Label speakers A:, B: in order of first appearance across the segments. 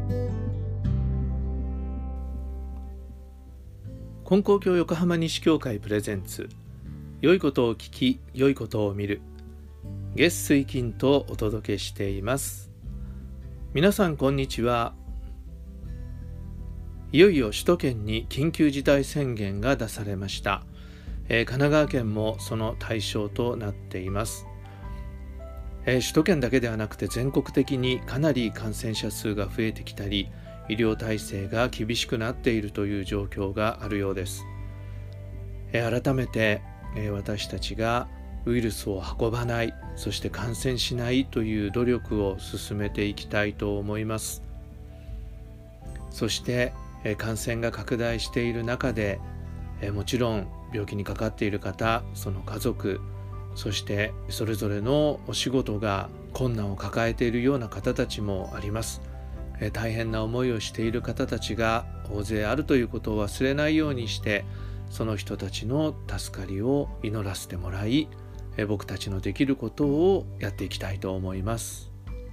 A: 金光教横浜西教会プレゼンツ、良いことを聞き良いことを見る、月水金とお届けしています。皆さんこんにちは。いよいよ首都圏に緊急事態宣言が出されました。神奈川県もその対象となっています。首都圏だけではなくて全国的にかなり感染者数が増えてきたり、医療体制が厳しくなっているという状況があるようです。改めて私たちがウイルスを運ばない、そして感染しないという努力を進めていきたいと思います。そして感染が拡大している中で、もちろん病気にかかっている方、その家族、そしてそれぞれのお仕事が困難を抱えているような方たちもあります。大変な思いをしている方たちが大勢あるということを忘れないようにして、その人たちの助かりを祈らせてもらい、僕たちのできることをやっていきたいと思います。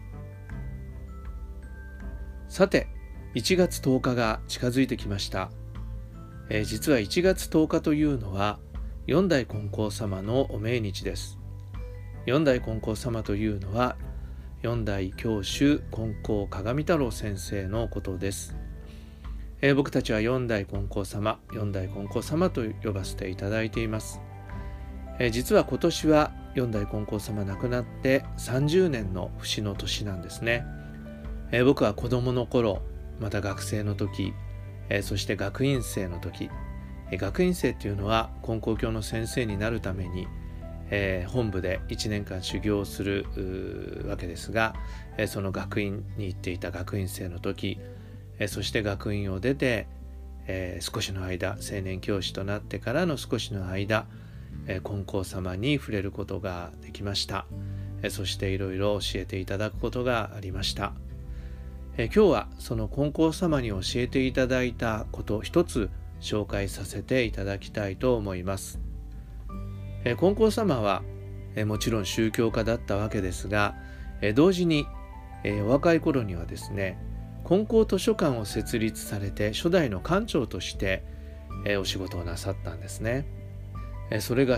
A: さて、1月10日が近づいてきました。実は1月10日というのは四代金光様のお命日です。四代金光様というのは四代教主金光鏡太郎先生のことです。僕たちは四代金光様と呼ばせていただいています。実は今年は四代金光様亡くなって30年の節の年なんですね。僕は子供の頃、また学生の時、そして学院生の時、学院生というのは金光教の先生になるために本部で1年間修行するわけですが、その学院に行っていた学院生の時、そして学院を出て、少しの間、青年教師となってからの少しの間、金光様に触れることができました。そしていろいろ教えていただくことがありました。今日はその金光様に教えていただいたこと一つ紹介させていただきたいと思います。金光様はもちろん宗教家だったわけですが、同時にお若い頃にはですね、金光図書館を設立されて初代の館長としてお仕事をなさったんですね。それが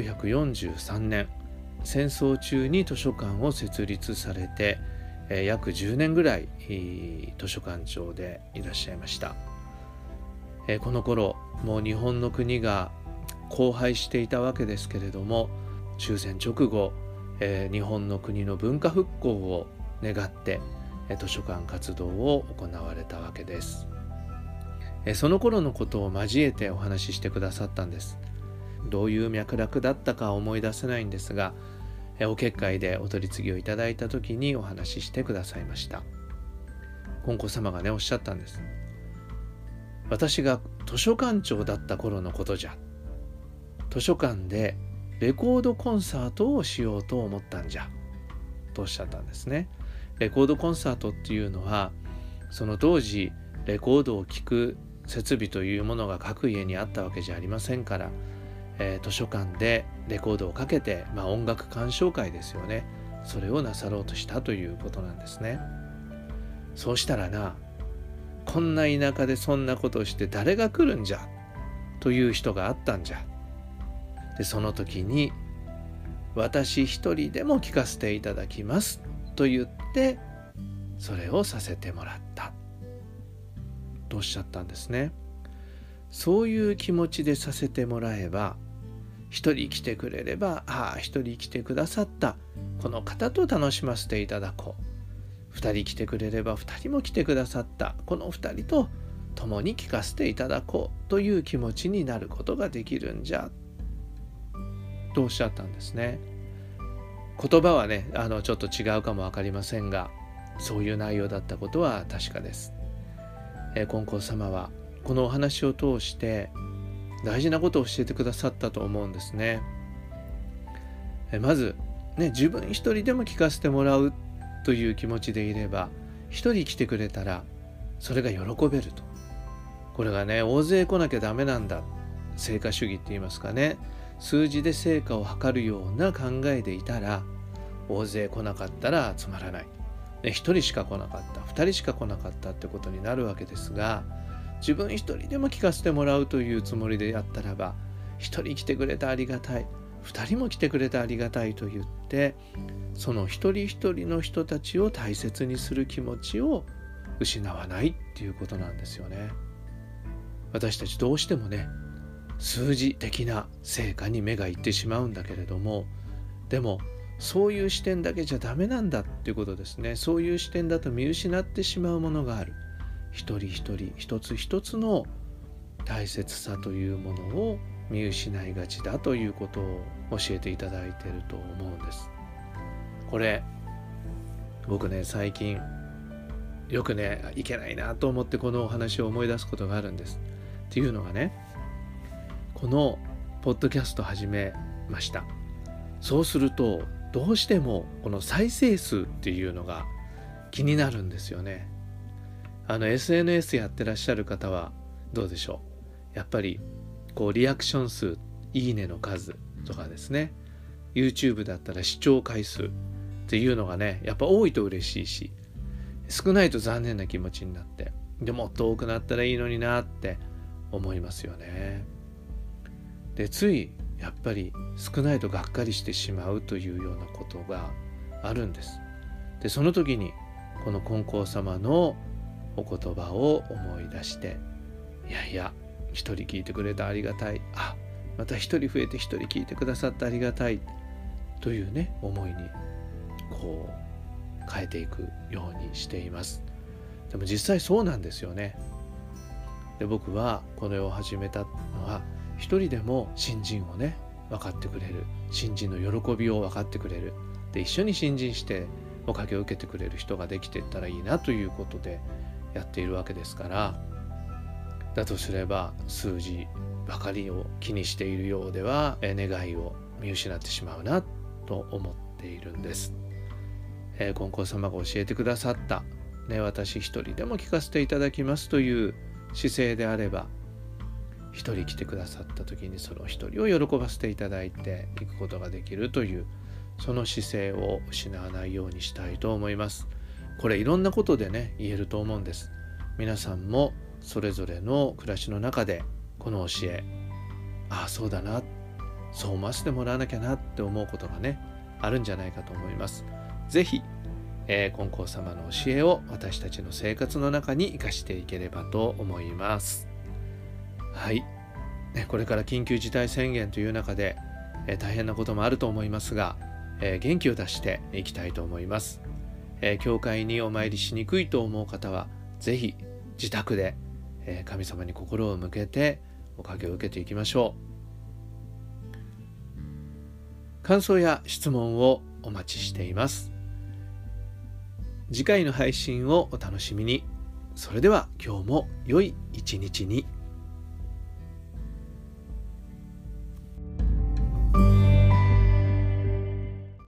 A: 1943年、戦争中に図書館を設立されて約10年ぐらい図書館長でいらっしゃいました。この頃もう日本の国が荒廃していたわけですけれども、終戦直後、日本の国の文化復興を願って図書館活動を行われたわけです。その頃のことを交えてお話ししてくださったんです。どういう脈絡だったか思い出せないんですが、お結界でお取り次ぎをいただいた時にお話ししてくださいました。金光様がね、おっしゃったんです。私が図書館長だった頃のことじゃ。図書館でレコードコンサートをしようと思ったんじゃとおっしゃったんですね。レコードコンサートっていうのは、その当時レコードを聴く設備というものが各家にあったわけじゃありませんから、図書館でレコードをかけて、音楽鑑賞会ですよね、それをなさろうとしたということなんですね。そうしたらな、こんな田舎でそんなことをして誰が来るんじゃという人があったんじゃ。でその時に私一人でも聞かせていただきますと言ってそれをさせてもらったとおっしゃったんですね。そういう気持ちでさせてもらえば、一人来てくれれば、一人来てくださったこの方と楽しませていただこう、二人来てくれれば二人も来てくださったこの二人と共に聞かせていただこうという気持ちになることができるんじゃとおっしゃったんですね。言葉はね、ちょっと違うかも分かりませんが、そういう内容だったことは確かです。金光様はこのお話を通して大事なことを教えてくださったと思うんですね。まずね、自分一人でも聞かせてもらうという気持ちでいれば、一人来てくれたらそれが喜べると。これがね、大勢来なきゃダメなんだ、成果主義って言いますかね、数字で成果を測るような考えでいたら、大勢来なかったらつまらない、 1人しか来なかった、2人しか来なかったってことになるわけですが、自分1人でも聞かせてもらうというつもりでやったらば、1人来てくれてありがたい、2人も来てくれてありがたいと言って、その一人一人の人たちを大切にする気持ちを失わないっていうことなんですよね。私たちどうしてもね、数字的な成果に目がいってしまうんだけれども、でもそういう視点だけじゃダメなんだっていうことですね。そういう視点だと見失ってしまうものがある。一人一人一つ一つの大切さというものを見失いがちだということを教えていただいていると思うんです。これ僕ね、最近よくね、いけないなと思ってこのお話を思い出すことがあるんです。っていうのがね、このポッドキャスト始めました。そうするとどうしてもこの再生数っていうのが気になるんですよね。SNS やってらっしゃる方はどうでしょう。やっぱりこうリアクション数、いいねの数とかですね、 YouTube だったら視聴回数っていうのがね、やっぱ多いと嬉しいし、少ないと残念な気持ちになって、でもっと多くなったらいいのになって思いますよね。でついやっぱり少ないとがっかりしてしまうというようなことがあるんです。でその時にこの金光様のお言葉を思い出して、いやいや、一人聞いてくれてありがたい、あ、また一人増えて一人聞いてくださってありがたいというね、思いにこう変えていくようにしています。でも実際そうなんですよね。で僕はこれを始めたのは、一人でも新人をね分かってくれる、新人の喜びを分かってくれる、で一緒に新人しておかげを受けてくれる人ができていったらいいなということでやっているわけですから、だとすれば数字ばかりを気にしているようでは願いを見失ってしまうなと思っているんです。金光様が教えてくださった、ね、私一人でも聞かせていただきますという姿勢であれば、一人来てくださった時にその一人を喜ばせていただいていくことができるという、その姿勢を失わないようにしたいと思います。これいろんなことでね言えると思うんです。皆さんもそれぞれの暮らしの中でこの教え、ああそうだな、そう思わせてもらわなきゃなって思うことがねあるんじゃないかと思います。ぜひ、金光様の教えを私たちの生活の中に生かしていければと思います。はい、これから緊急事態宣言という中で、大変なこともあると思いますが、元気を出していきたいと思います。教会にお参りしにくいと思う方はぜひ自宅で、神様に心を向けておかげを受けていきましょう。感想や質問をお待ちしています。次回の配信をお楽しみに。それでは今日も良い一日に。